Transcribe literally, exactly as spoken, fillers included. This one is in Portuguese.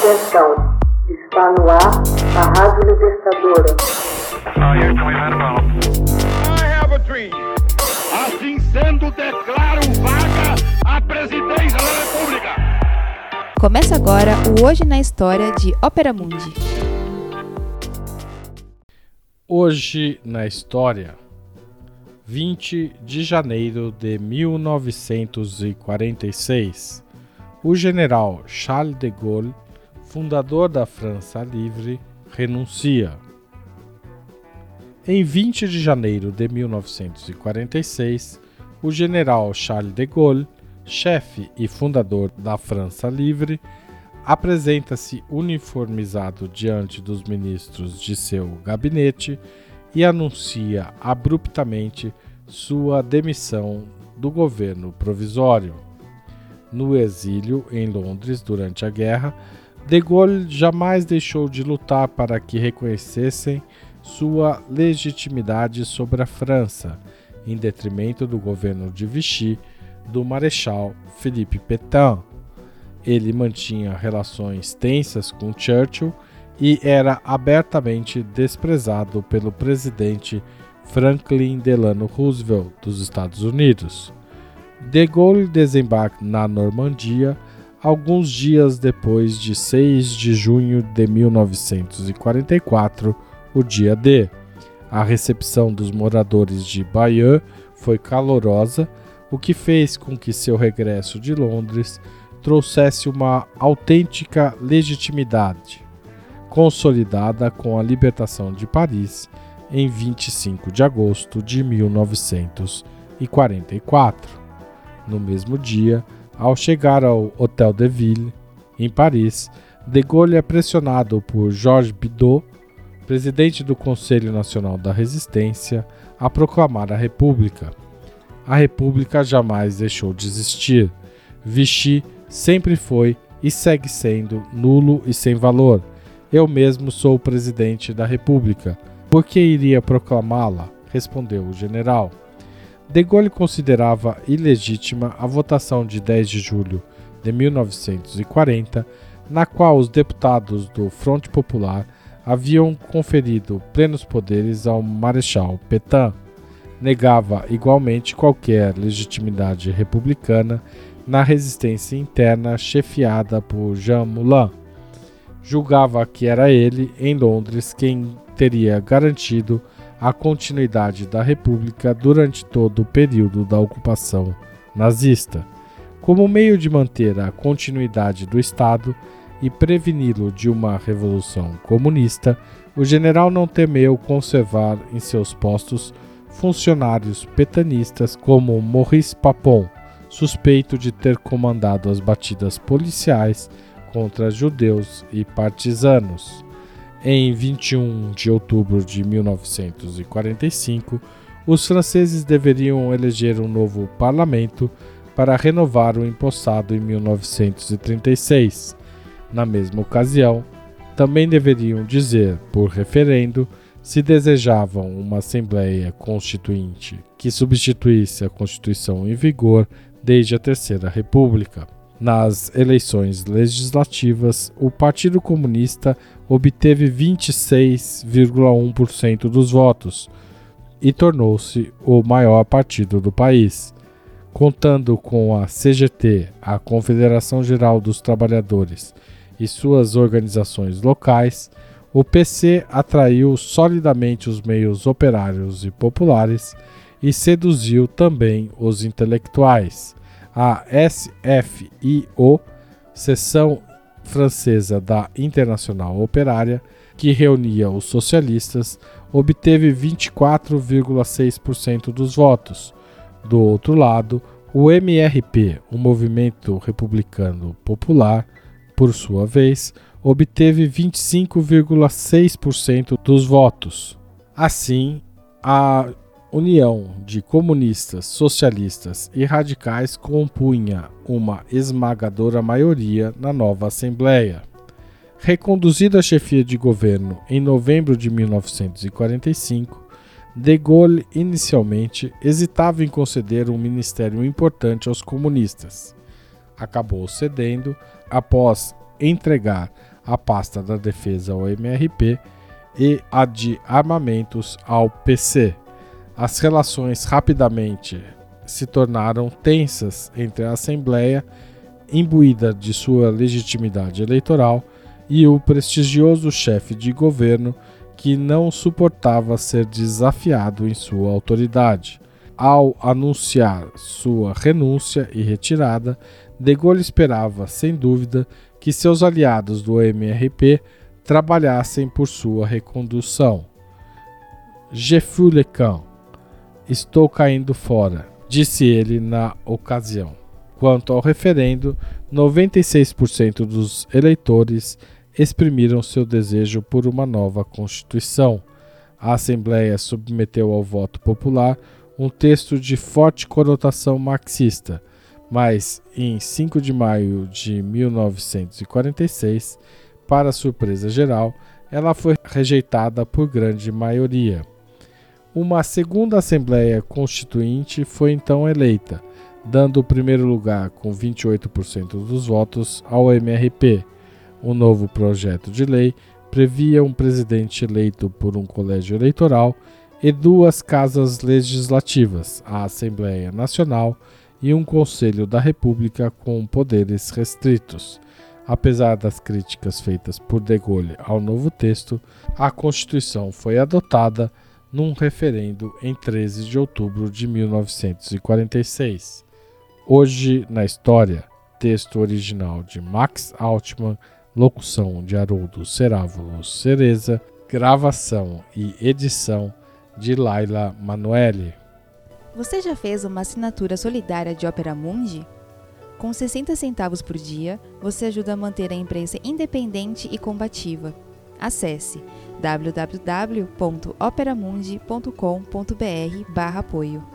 Atenção, está no ar a Rádio Libertadora. I have a dream. Assim sendo, declaro vaga a presidência da República. Começa agora o Hoje na História de Ópera Mundi. Hoje na História, vinte de janeiro de mil novecentos e quarenta e seis, o general Charles de Gaulle, fundador da França Livre, renuncia. Em vinte de janeiro de mil novecentos e quarenta e seis, o general Charles de Gaulle, chefe e fundador da França Livre, apresenta-se uniformizado diante dos ministros de seu gabinete e anuncia abruptamente sua demissão do governo provisório. No exílio em Londres durante a guerra, de Gaulle jamais deixou de lutar para que reconhecessem sua legitimidade sobre a França, em detrimento do governo de Vichy do Marechal Philippe Pétain. Ele mantinha relações tensas com Churchill e era abertamente desprezado pelo presidente Franklin Delano Roosevelt dos Estados Unidos. De Gaulle desembarca na Normandia alguns dias depois de seis de junho de mil novecentos e quarenta e quatro, o dia D. A recepção dos moradores de Bayeux foi calorosa, o que fez com que seu regresso de Londres trouxesse uma autêntica legitimidade, consolidada com a libertação de Paris em vinte e cinco de agosto de mil novecentos e quarenta e quatro. No mesmo dia, ao chegar ao Hôtel de Ville, em Paris, de Gaulle é pressionado por Georges Bidault, presidente do Conselho Nacional da Resistência, a proclamar a República. A República jamais deixou de existir. Vichy sempre foi e segue sendo nulo e sem valor. Eu mesmo sou o presidente da República. Por que iria proclamá-la? Respondeu o general. De Gaulle considerava ilegítima a votação de dez de julho de mil novecentos e quarenta, na qual os deputados do Fronte Popular haviam conferido plenos poderes ao Marechal Pétain. Negava igualmente qualquer legitimidade republicana na resistência interna chefiada por Jean Moulin. Julgava que era ele, em Londres, quem teria garantido a continuidade da República durante todo o período da ocupação nazista. Como meio de manter a continuidade do Estado e preveni-lo de uma revolução comunista, o general não temeu conservar em seus postos funcionários petanistas como Maurice Papon, suspeito de ter comandado as batidas policiais contra judeus e partisanos. Em vinte e um de outubro de mil novecentos e quarenta e cinco, os franceses deveriam eleger um novo parlamento para renovar o empossado em mil novecentos e trinta e seis. Na mesma ocasião, também deveriam dizer, por referendo, se desejavam uma Assembleia Constituinte que substituísse a Constituição em vigor desde a Terceira República. Nas eleições legislativas, o Partido Comunista obteve vinte e seis vírgula um por cento dos votos e tornou-se o maior partido do país. Contando com a C G T, a Confederação Geral dos Trabalhadores, e suas organizações locais, o P C atraiu solidamente os meios operários e populares e seduziu também os intelectuais. A S F I O, seção francesa da Internacional Operária, que reunia os socialistas, obteve vinte e quatro vírgula seis por cento dos votos. Do outro lado, o M R P, o Movimento Republicano Popular, por sua vez, obteve vinte e cinco vírgula seis por cento dos votos. Assim, a união de comunistas, socialistas e radicais compunha uma esmagadora maioria na nova Assembleia. Reconduzido à chefia de governo em novembro de mil novecentos e quarenta e cinco, de Gaulle inicialmente hesitava em conceder um ministério importante aos comunistas. Acabou cedendo após entregar a pasta da defesa ao M R P e a de armamentos ao P C. As relações rapidamente se tornaram tensas entre a Assembleia, imbuída de sua legitimidade eleitoral, e o prestigioso chefe de governo, que não suportava ser desafiado em sua autoridade. Ao anunciar sua renúncia e retirada, De Gaulle esperava, sem dúvida, que seus aliados do M R P trabalhassem por sua recondução. Je fus le camp. Estou caindo fora, disse ele na ocasião. Quanto ao referendo, noventa e seis por cento dos eleitores exprimiram seu desejo por uma nova Constituição. A Assembleia submeteu ao voto popular um texto de forte conotação marxista, mas em cinco de maio de mil novecentos e quarenta e seis, para surpresa geral, ela foi rejeitada por grande maioria. Uma segunda Assembleia Constituinte foi então eleita, dando o primeiro lugar com vinte e oito por cento dos votos ao M R P. O novo projeto de lei previa um presidente eleito por um colégio eleitoral e duas casas legislativas, a Assembleia Nacional e um Conselho da República com poderes restritos. Apesar das críticas feitas por De Gaulle ao novo texto, a Constituição foi adotada num referendo em treze de outubro de mil novecentos e quarenta e seis. Hoje na História, texto original de Max Altman, locução de Haroldo Cerávulos Cereza, gravação e edição de Laila Manoeli. Você já fez uma assinatura solidária de Opera Mundi? Com sessenta centavos por dia, você ajuda a manter a imprensa independente e combativa. Acesse w w w ponto operamundi ponto com ponto b r barra apoio.